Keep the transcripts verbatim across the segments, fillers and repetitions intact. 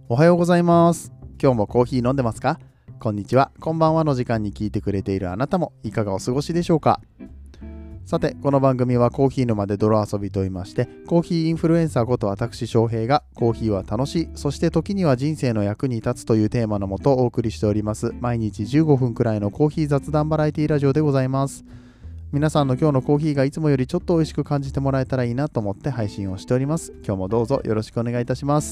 おはようございます。今日もコーヒー飲んでますか？こんにちは、こんばんはの時間に聞いてくれているあなたもいかがお過ごしでしょうか？さて、この番組はコーヒー沼で泥遊びと言いまして、コーヒーインフルエンサーこと私翔平がコーヒーは楽しい、そして時には人生の役に立つというテーマのもとお送りしております毎日じゅうごふんくらいのコーヒー雑談バラエティラジオでございます。皆さんの今日のコーヒーがいつもよりちょっと美味しく感じてもらえたらいいなと思って配信をしております。今日もどうぞよろしくお願いいたします。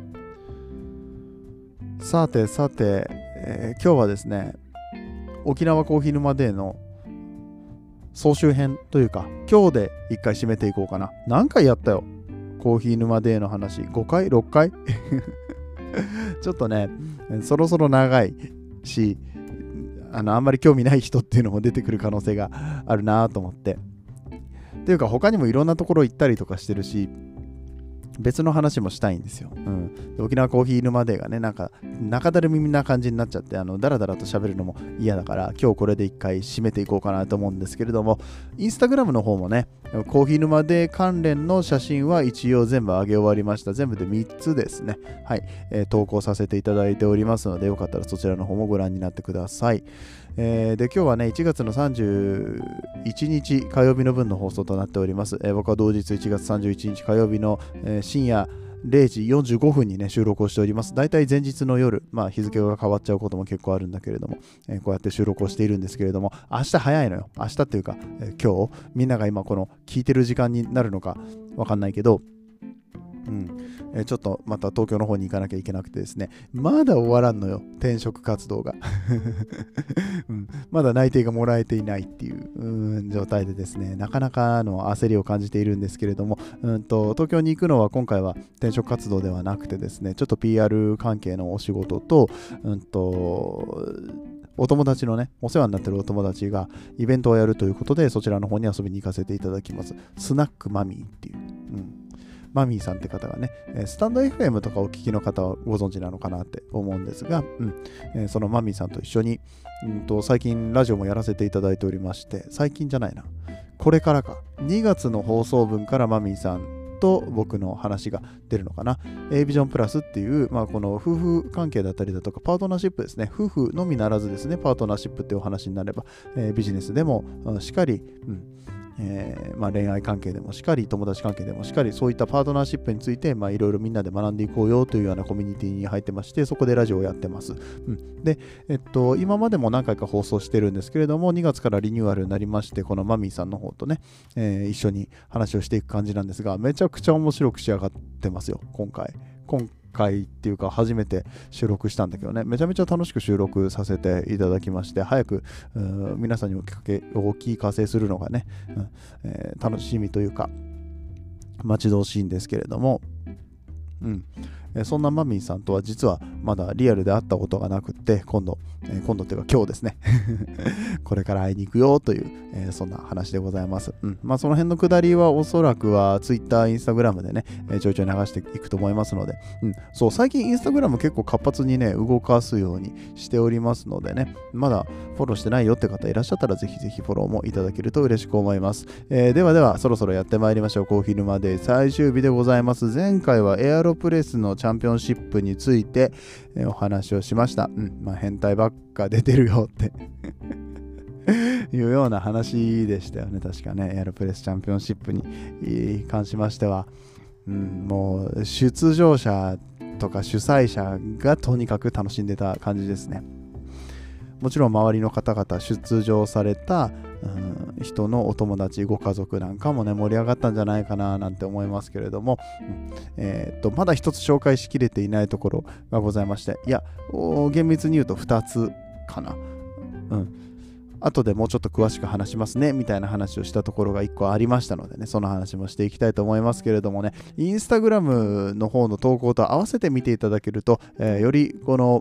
さてさて、えー今日はですね、沖縄コーヒー沼デーの総集編というか、今日で一回締めていこうかな。何回やったよコーヒー沼デーの話。ごかい ?ろっ 回ちょっとね、そろそろ長いし、あのあんまり興味ない人っていうのも出てくる可能性があるなと思って。っていうか他にもいろんなところ行ったりとかしてるし、別の話もしたいんですよ。うん、で沖縄コーヒー沼デーがね、なんか中だるみな感じになっちゃって、あのダラダラと喋るのも嫌だから、今日これで一回締めていこうかなと思うんですけれども、インスタグラムの方もね、コーヒー沼デー関連の写真は一応全部上げ終わりました。全部でみっつですね。はい、えー投稿させていただいておりますので、よかったらそちらの方もご覧になってください。えーで今日はねいちがつのさんじゅういちにち火曜日の分の放送となっております。えー僕は同日いちがつさんじゅういちにち火曜日の、えー深夜れいじよんじゅうごふんにね収録をしております。だいたい前日の夜、まあ日付が変わっちゃうことも結構あるんだけれども、えーこうやって収録をしているんですけれども、明日早いのよ。明日っていうか、えー今日みんなが今この聞いてる時間になるのかわかんないけど、うんえーちょっとまた東京の方に行かなきゃいけなくてですね、まだ終わらんのよ、転職活動が、うん、まだ内定がもらえていないっていう、うん、状態でですね、なかなかの焦りを感じているんですけれども、うんと、東京に行くのは今回は転職活動ではなくてですね、ちょっと ピーアール 関係のお仕事と、うんと、お友達のね、お世話になってるお友達がイベントをやるということで、そちらの方に遊びに行かせていただきます。スナックマミーっていう。うんマミーさんって方がね、スタンド エフエム とかお聞きの方はご存知なのかなって思うんですが、うんえーそのマミーさんと一緒に、うんと、最近ラジオもやらせていただいておりまして、最近じゃないな、これからか、にがつの放送分からマミーさんと僕の話が出るのかな。A ビジョンプラスっていう、まあ、この夫婦関係だったりだとか、パートナーシップですね。夫婦のみならずですね、パートナーシップっていうお話になれば、えービジネスでも、うんしっかり、うんえーまあ、恋愛関係でもしっかり友達関係でもしっかりそういったパートナーシップについてまあいろいろみんなで学んでいこうよというようなコミュニティに入ってまして、そこでラジオをやってます。うん、で、えっと、今までも何回か放送してるんですけれども、にがつからリニューアルになりまして、このマミーさんの方とね、えー一緒に話をしていく感じなんですが、めちゃくちゃ面白く仕上がってますよ、今回。今回っていうか初めて収録したんだけどね、めちゃめちゃ楽しく収録させていただきまして、早くうー皆さんにお聞かけお聞かせするのがね、うんえー楽しみというか待ち遠しいんですけれども、うんえーそんなマミーさんとは実はまだリアルで会ったことがなくって、今度、えー今度っていうか今日ですねこれから会いに行くよという、えーそんな話でございます。うんまあ、その辺のくだりはおそらくは Twitter、Instagram でね、えーちょいちょい流していくと思いますので、うん、そう最近 Instagram 結構活発にね動かすようにしておりますのでね、まだフォローしてないよって方いらっしゃったらぜひぜひフォローもいただけると嬉しく思います。えーではではそろそろやってまいりましょう。コーヒー沼で最終日でございます。前回はエアロプレスのチャンピオンシップについて、えーお話をしました。うんまあ、変態ばっか出てるよっていうような話でしたよね。確かね、エアロプレスチャンピオンシップに関しましては、うん、もう出場者とか主催者がとにかく楽しんでた感じですね。もちろん周りの方々出場された、うん、人のお友達ご家族なんかもね盛り上がったんじゃないかななんて思いますけれども、うんえーっとまだ一つ紹介しきれていないところがございまして、いや厳密に言うとふたつかな。うん後でもうちょっと詳しく話しますねみたいな話をしたところがいっこありましたのでね、その話もしていきたいと思いますけれどもね、インスタグラムの方の投稿と合わせて見ていただけると、えーよりこの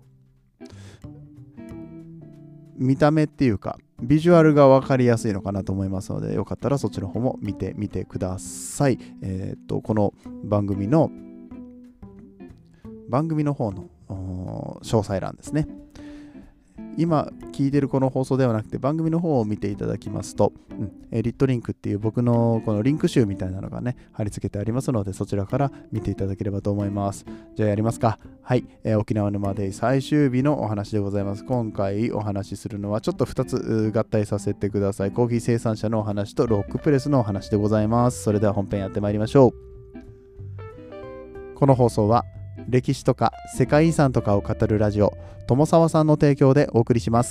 見た目っていうかビジュアルが分かりやすいのかなと思いますので、よかったらそっちの方も見てみてください。えーっとこの番組の番組の方の詳細欄ですね。 今聞いてるこの放送ではなくて番組の方を見ていただきますと、うん、えー、リットリンクっていう僕のこのリンク集みたいなのがね貼り付けてありますので、そちらから見ていただければと思います。じゃあやりますか。はい、えー、沖縄沼デイ最終日のお話でございます。今回お話しするのはちょっとふたつ合体させてください。コーヒー生産者のお話とロックプレスのお話でございます。それでは本編やってまいりましょう。この放送は歴史とか世界遺産とかを語るラジオ友沢さんの提供でお送りします。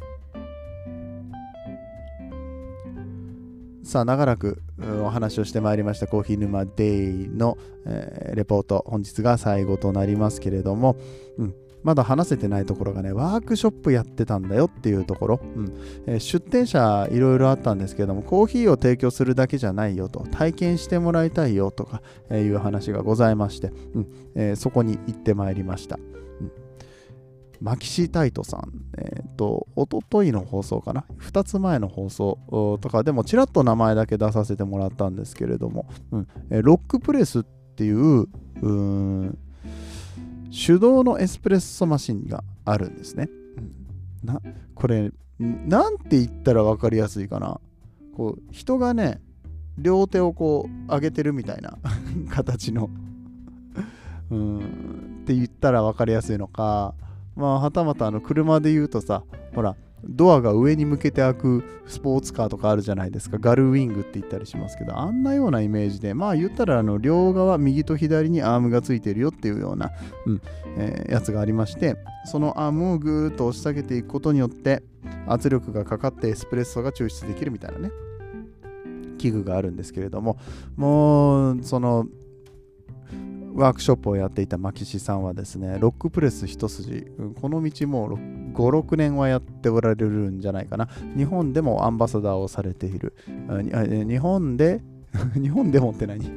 さあ長らくお話をしてまいりましたコーヒー沼デイの、えー、レポート、本日が最後となりますけれども、うん、まだ話せてないところがね、ワークショップやってたんだよっていうところ、うんえー、出店者いろいろあったんですけれども、コーヒーを提供するだけじゃないよと、体験してもらいたいよとかいう話がございまして、うんえー、そこに行ってまいりました。うんマキシタイトさん、えっ、ー、と、おとといの放送かな、ふたつまえの放送とかでもちらっと名前だけ出させてもらったんですけれども、うんえー、ロックプレスっていう、うーん手動のエスプレッソマシンがあるんですね。うん、なこれ、なんて言ったら分かりやすいかな。こう人がね、両手をこう上げてるみたいな形のうーんって言ったら分かりやすいのか、まあ、はたまたあの車で言うとさ、ほら、ドアが上に向けて開くスポーツカーとかあるじゃないですか。ガルウィングって言ったりしますけど、あんなようなイメージで、まあ言ったらあの両側、右と左にアームがついているよっていうような、うんえー、やつがありまして、そのアームをぐーっと押し下げていくことによって圧力がかかってエスプレッソが抽出できるみたいなね、器具があるんですけれども、もうそのワークショップをやっていたマキシさんはですね、ロックプレス一筋、この道もうご、ろくねんはやっておられるんじゃないかな。日本でもアンバサダーをされている。日本で、日本でもって何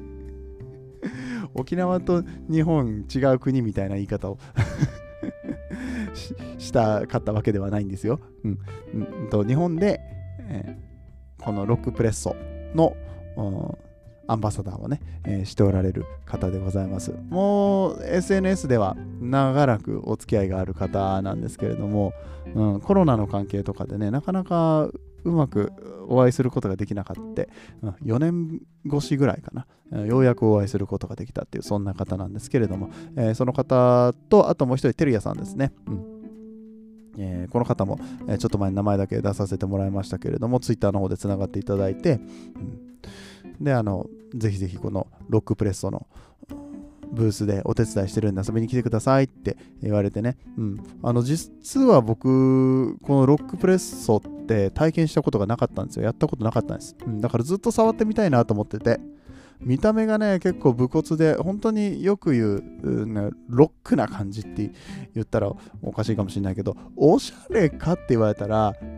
沖縄と日本違う国みたいな言い方をし, したかったわけではないんですよ。うんうん、と日本で、えー、このロックプレッソのアンバサダーをね、えー、しておられる方でございます。もう エスエヌエス では長らくお付き合いがある方なんですけれども、うん、コロナの関係とかでね、なかなかうまくお会いすることができなかった、うん、よねんごしぐらいかな、ようやくお会いすることができたっていう、そんな方なんですけれども、えー、その方と、あともう一人、てるやさんですね。うんえー、この方も、えー、ちょっと前に名前だけ出させてもらいましたけれども、ツイッターの方でつながっていただいて、うん、で、あの、ぜひぜひこのロックプレッソのブースでお手伝いしてるんで遊びに来てくださいって言われてね、うん、あの実は僕このロックプレッソって体験したことがなかったんですよ。やったことなかったんです、うん、だからずっと触ってみたいなと思ってて、見た目がね結構武骨で本当によく言う、うん、ロックな感じって言ったらおかしいかもしれないけど、おしゃれかって言われたら、うん、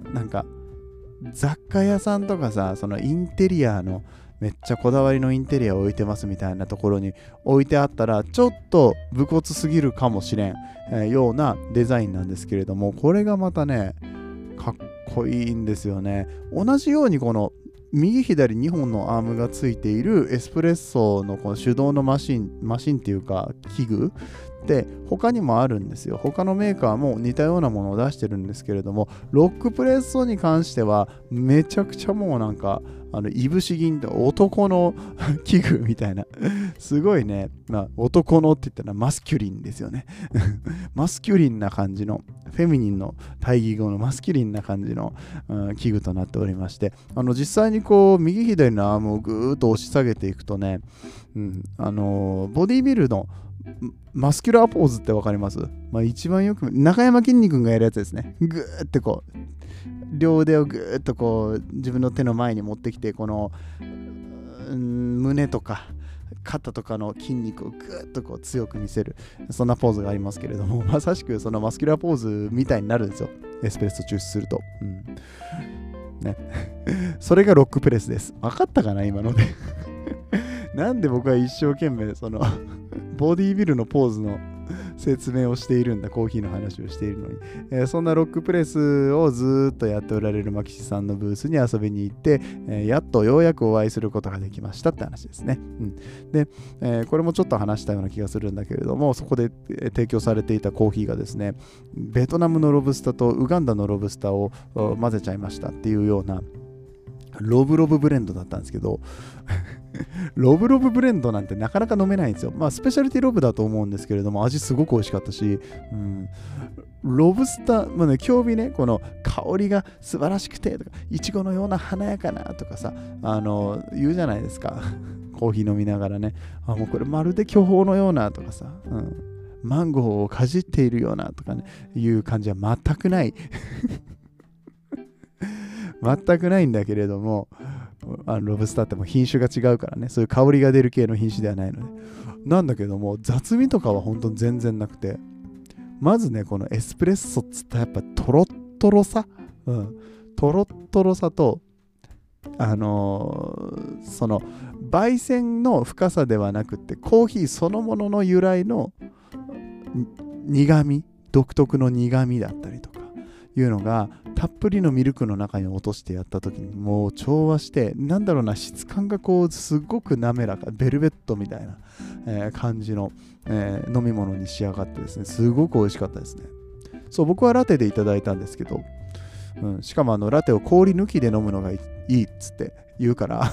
なんか雑貨屋さんとかさ、そのインテリアのめっちゃこだわりのインテリアを置いてますみたいなところに置いてあったらちょっと武骨すぎるかもしれん、えー、ようなデザインなんですけれども、これがまたねかっこいいんですよね。同じようにこの右左にほんのアームがついているエスプレッソのこの手動のマシンマシンっていうか器具で他にもあるんですよ。他のメーカーも似たようなものを出してるんですけれども、ロックプレッソに関してはめちゃくちゃもうなんかあのいぶし銀と男の器具みたいな、すごいね、まあ、男のって言ったらマスキュリンですよねマスキュリンな感じの、フェミニンの対義語のマスキュリンな感じの、うん、器具となっておりまして、あの実際にこう右左のアームをぐーっと押し下げていくとね、うん、あのボディビルのマスキュラーポーズってわかります？まあ、一番よく中山きんに君がやるやつですね。ぐーってこう両腕をぐーっとこう自分の手の前に持ってきて、この、うん、胸とか肩とかの筋肉をぐーっとこう強く見せる、そんなポーズがありますけれども、まさしくそのマスキュラーポーズみたいになるんですよ、エスプレッソ抽出すると、うんね、それがロックプレスです。分かったかな今のでなんで僕は一生懸命そのボディービルのポーズの説明をしているんだ、コーヒーの話をしているのに、えー、そんなロックプレスをずーっとやっておられるマキシさんのブースに遊びに行って、えー、やっとようやくお会いすることができましたって話ですね。うん、で、えー、これもちょっと話したような気がするんだけれども、そこで提供されていたコーヒーがですね、ベトナムのロブスターとウガンダのロブスターを混ぜちゃいましたっていうようなロブロブブレンドだったんですけどロブロブブレンドなんてなかなか飲めないんですよ。まあスペシャリティロブだと思うんですけれども、味すごく美味しかったし、うん、ロブスター、まあね、興味ね、この香りが素晴らしくてとか、いちごのような華やかなとかさ、あの言うじゃないですかコーヒー飲みながらね、あ、もうこれまるで巨峰のようなとかさ、うん、マンゴーをかじっているようなとかね、いう感じは全くない全くないんだけれども、あのロブスターっても品種が違うからね、そういう香りが出る系の品種ではないので、なんだけども雑味とかは本当に全然なくて、まずね、このエスプレッソっつったらやっぱトロットロさ、うん、トロットロさと、あのー、その焙煎の深さではなくって、コーヒーそのものの由来の苦味、独特の苦味だったりとかいうのがたっぷりのミルクの中に落としてやった時にもう調和して、なんだろうな、質感がこうすごく滑らか、ベルベットみたいな、えー、感じの、えー、飲み物に仕上がってですね、すごく美味しかったですね。そう、僕はラテでいただいたんですけど、うん、しかもあのラテを氷抜きで飲むのがいいっつって言うから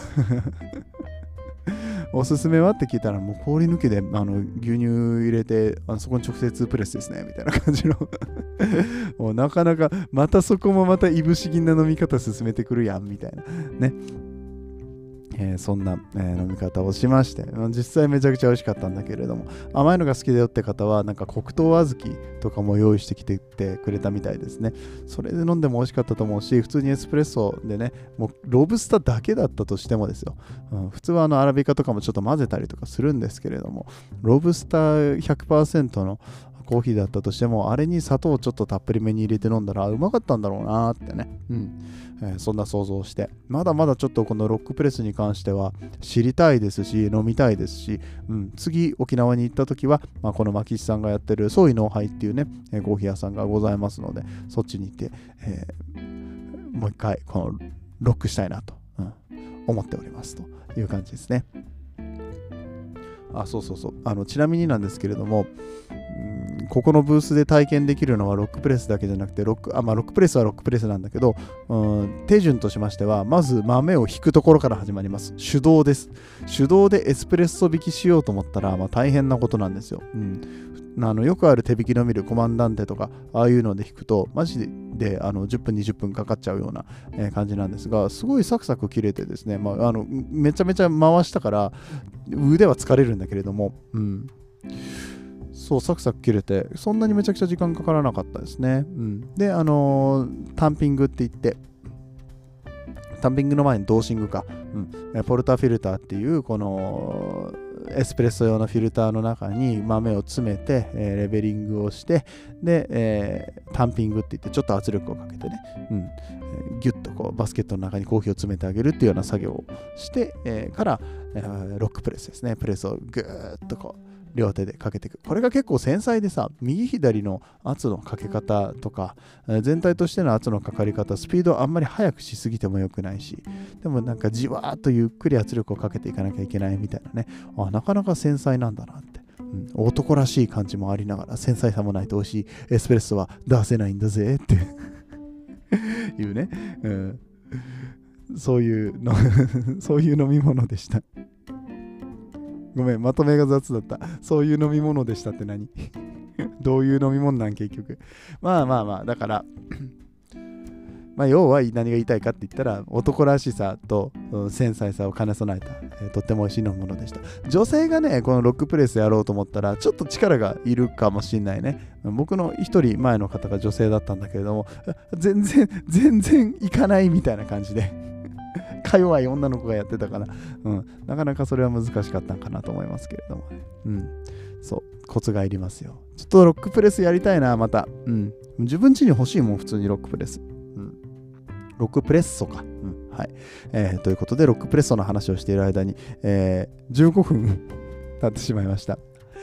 おすすめはって聞いたら、もう氷抜きであの牛乳入れて、あのそこに直接プレスですねみたいな感じのもうなかなかまたそこもまたいぶし銀な飲み方進めてくるやんみたいなね、えー、そんな、えー、飲み方をしまして、実際めちゃくちゃ美味しかったんだけれども、甘いのが好きだよって方はなんか黒糖小豆とかも用意してきてくれたみたいですね。それで飲んでも美味しかったと思うし、普通にエスプレッソでね、もうロブスターだけだったとしてもですよ、うん、普通はあのアラビカとかもちょっと混ぜたりとかするんですけれども、ロブスター ひゃくパーセント のコーヒーだったとしても、あれに砂糖をちょっとたっぷりめに入れて飲んだらうまかったんだろうなーってね、うんえー、そんな想像をして、まだまだちょっとこのロックプレスに関しては知りたいですし、飲みたいですし、うん、次沖縄に行った時は、まあ、このマキシさんがやってるソイノーハイっていうね、えー、コーヒー屋さんがございますので、そっちに行って、えー、もう一回このロックしたいなと、うん、思っておりますという感じですね。あ、そうそうそう、あのちなみになんですけれども、ここのブースで体験できるのはロックプレスだけじゃなくて、ロック、あ、まあ、ロックプレスはロックプレスなんだけど、うん、手順としましては、まず豆を引くところから始まります。手動です。手動でエスプレッソ引きしようと思ったら、まあ、大変なことなんですよ。うん、あのよくある手引きのミル、コマンダンテとか、ああいうので引くと、マジでであのじゅっぷん、にじゅっぷんかかっちゃうような、えー、感じなんですが、すごいサクサク切れてですね、まあ、あのめちゃめちゃ回したから、腕は疲れるんだけれども、うん。そう、サクサク切れて、そんなにめちゃくちゃ時間かからなかったですね。うん、で、あのー、タンピングって言って、タンピングの前にドーシングか、うん、ポルタフィルターっていう、このエスプレッソ用のフィルターの中に豆を詰めて、えー、レベリングをして、で、えー、タンピングって言って、ちょっと圧力をかけてね、うん、ギュッとこうバスケットの中にコーヒーを詰めてあげるっていうような作業をして、えー、から、えー、ロックプレスですね、プレスをぐーっとこう、両手でかけていく。これが結構繊細でさ、右左の圧のかけ方とか、全体としての圧のかかり方、スピードをあんまり速くしすぎても良くないし、でもなんかじわーっとゆっくり圧力をかけていかなきゃいけないみたいなね、あ、なかなか繊細なんだなって、うん、男らしい感じもありながら、繊細さもないと美味しいエスプレッソは出せないんだぜっていうね、うん、そういうのそういう飲み物でした。ごめん、まとめが雑だった。そういう飲み物でしたって何どういう飲み物なん結局。まあまあまあ、だから、まあ要は何が言いたいかって言ったら、男らしさと繊細さを兼ね備えた、えー、とっても美味しい飲み物でした。女性がね、このロックプレスやろうと思ったら、ちょっと力がいるかもしれないね。僕の一人前の方が女性だったんだけれども、全然、全然いかないみたいな感じで。か弱い女の子がやってたから、うん、なかなかそれは難しかったんかなと思いますけれどもね。うん、そう、コツがいりますよ。ちょっとロックプレスやりたいな、また。うん、自分家に欲しいもん、普通にロックプレス。うん、ロックプレッソか。うん、はい、えー。ということで、ロックプレッソの話をしている間に、えー、じゅうごふん経ってしまいました。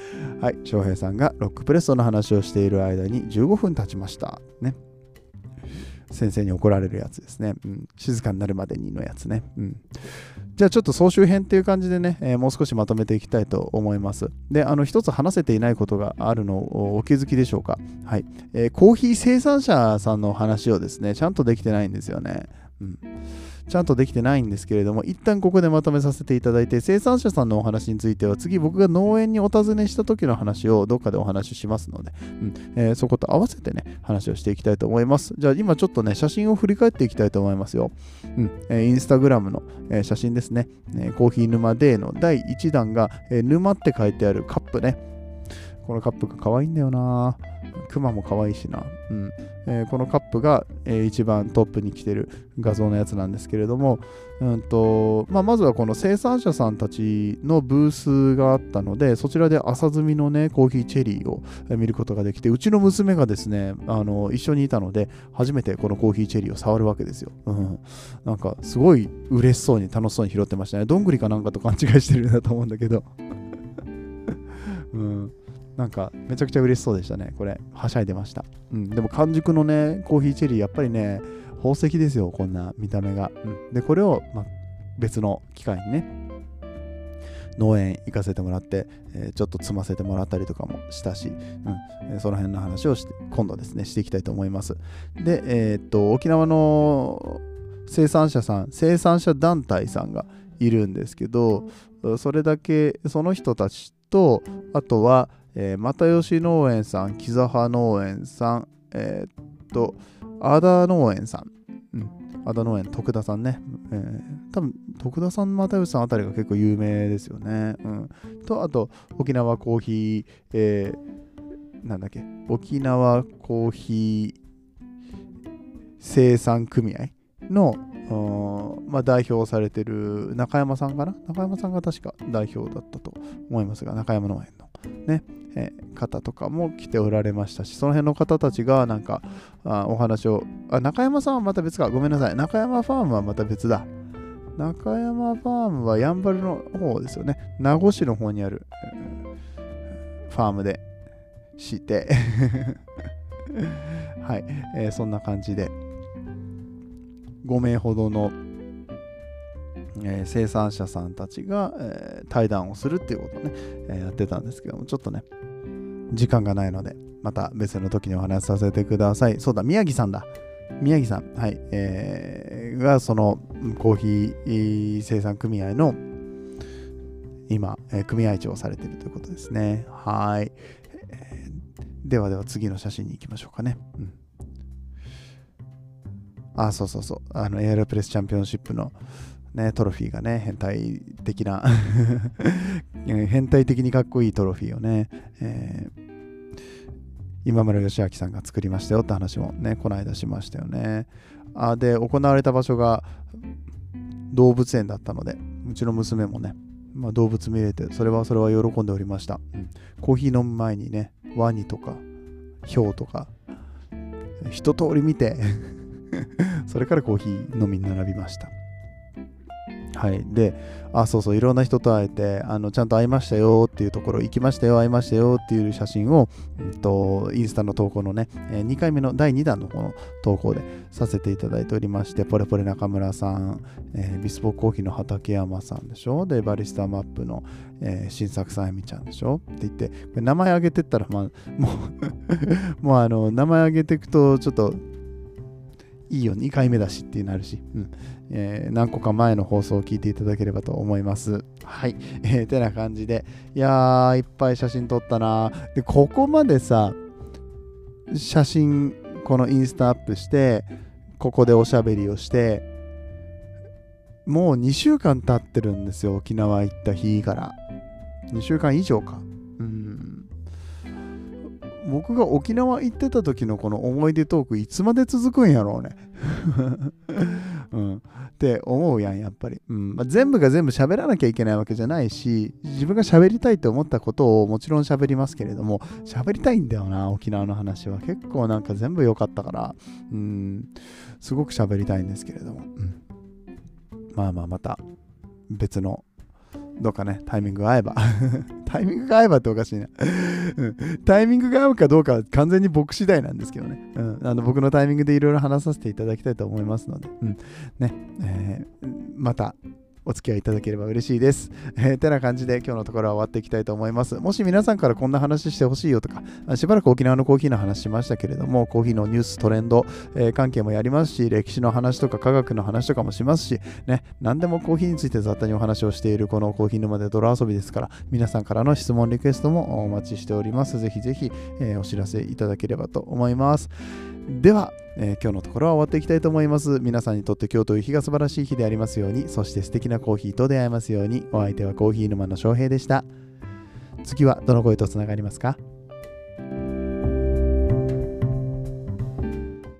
はい、翔平さんがロックプレッソの話をしている間にじゅうごふん経ちましたね。先生に怒られるやつですね、うん、静かになるまでにのやつね、うん、じゃあちょっと総集編っていう感じでね、えー、もう少しまとめていきたいと思います。で、あの一つ話せていないことがあるのをお気づきでしょうか。はい、えー、コーヒー生産者さんの話をですねちゃんとできてないんですよね、うん、ちゃんとできてないんですけれども、一旦ここでまとめさせていただいて、生産者さんのお話については次僕が農園にお尋ねした時の話をどっかでお話ししますので、うんえー、そこと合わせてね話をしていきたいと思います。じゃあ今ちょっとね写真を振り返っていきたいと思いますよ。うんえー、インスタグラムの、えー、写真ですね、えー、コーヒー沼デーのだいいちだんが、えー、沼って書いてあるカップね。このカップが可愛いんだよな。クマも可愛いしな。うんえー、このカップが、えー、一番トップに来てる画像のやつなんですけれども、うんとまあ、まずはこの生産者さんたちのブースがあったので、そちらで朝摘みのねコーヒーチェリーを見ることができて、うちの娘がですねあの一緒にいたので初めてこのコーヒーチェリーを触るわけですよ。うん、なんかすごい嬉しそうに楽しそうに拾ってましたね。どんぐりかなんかと勘違いしてるんだと思うんだけど、うん、なんかめちゃくちゃ嬉しそうでしたね。これはしゃいでました。うん、でも完熟のねコーヒーチェリーやっぱりね宝石ですよ、こんな見た目が。うん、でこれを、ま、別の機会にね農園行かせてもらって、えー、ちょっと摘ませてもらったりとかもしたし、うんえー、その辺の話をして今度ですねしていきたいと思います。で、えー、っと沖縄の生産者さん生産者団体さんがいるんですけど、それだけその人たちと、あとは、えー、又吉農園さん、木座葉農園さん、えー、っと阿田農園さん、うん、阿田農園徳田さんね、えー、多分徳田さん、又吉さんあたりが結構有名ですよね。うん、とあと沖縄コーヒー、えー、なんだっけ沖縄コーヒー生産組合のまあ、代表されてる中山さんかな中山さんが確か代表だったと思いますが、中山農園のね、えー、方とかも来ておられましたし、その辺の方たちがなんかあお話をあ中山さんはまた別か、ごめんなさい、中山ファームはまた別だ。中山ファームはやんばるの方ですよね。名護市の方にある、えー、ファームでしてはい、えー、そんな感じでごめいほどの、えー、生産者さんたちが、えー、対談をするっていうことをね、えー、やってたんですけども、ちょっとね時間がないのでまた別の時にお話しさせてください。そうだ、宮城さんだ宮城さん、はいえー、がそのコーヒー生産組合の今、えー、組合長をされているということですね。はい、えー、ではでは次の写真に行きましょうかね。うんあ、そうそうそう。あの、エアロプレスチャンピオンシップの、ね、トロフィーがね、変態的な、変態的にかっこいいトロフィーをね、えー、今村義明さんが作りましたよって話もね、この間しましたよね。あ、で、行われた場所が動物園だったので、うちの娘もね、まあ、動物見れて、それはそれは喜んでおりました。うん、コーヒー飲む前にね、ワニとか、ヒョウとか、一通り見て、それからコーヒー飲みに並びました。はい。で、あ、そうそう、いろんな人と会えて、あのちゃんと会いましたよっていうところ、行きましたよ、会いましたよっていう写真を、うんと、インスタの投稿のね、えー、にかいめのだいにだんの方の投稿でさせていただいておりまして、ポレポレ中村さん、えー、ビスポコーヒーの畠山さんでしょ、で、バリスタマップの、えー、新作さんえみちゃんでしょって言って、これ名前挙げてったら、まあ、もう、もうあの、名前挙げていくと、ちょっと、いいよ、にかいめだしってなるし、うんえー、何個か前の放送を聞いていただければと思います。はい。えー、てな感じで、いやー、いっぱい写真撮ったな。で、ここまでさ、写真、このインスタアップして、ここでおしゃべりをして、もうにしゅうかん経ってるんですよ、沖縄行った日から。にしゅうかん以上か。うん。僕が沖縄行ってた時のこの思い出トークいつまで続くんやろうね、うん、って思うやんやっぱり、うんまあ、全部が全部喋らなきゃいけないわけじゃないし、自分が喋りたいと思ったことをもちろん喋りますけれども、喋りたいんだよな沖縄の話は。結構なんか全部良かったから、うん、すごく喋りたいんですけれども、うん、まあまあまた別のどっかねタイミングが合えばタイミングが合えばっておかしいな、うん、タイミングが合うかどうかは完全に僕次第なんですけどね、うん、あの僕のタイミングでいろいろ話させていただきたいと思いますので、うんねえー、またお付き合いいただければ嬉しいです。えー、てな感じで今日のところは終わっていきたいと思います。もし皆さんからこんな話してほしいよとか、しばらく沖縄のコーヒーの話しましたけれども、コーヒーのニュース、トレンド、えー、関係もやりますし、歴史の話とか科学の話とかもしますし、ね、何でもコーヒーについて雑多にお話をしているこのコーヒー沼で泥遊びですから、皆さんからの質問、リクエストもお待ちしております。ぜひぜひ、えー、お知らせいただければと思います。では、えー、今日のところは終わっていきたいと思います。皆さんにとって今日という日が素晴らしい日でありますように、そして素敵なコーヒーと出会えますように。お相手はコーヒー沼の翔平でした。次はどの声とつながりますか？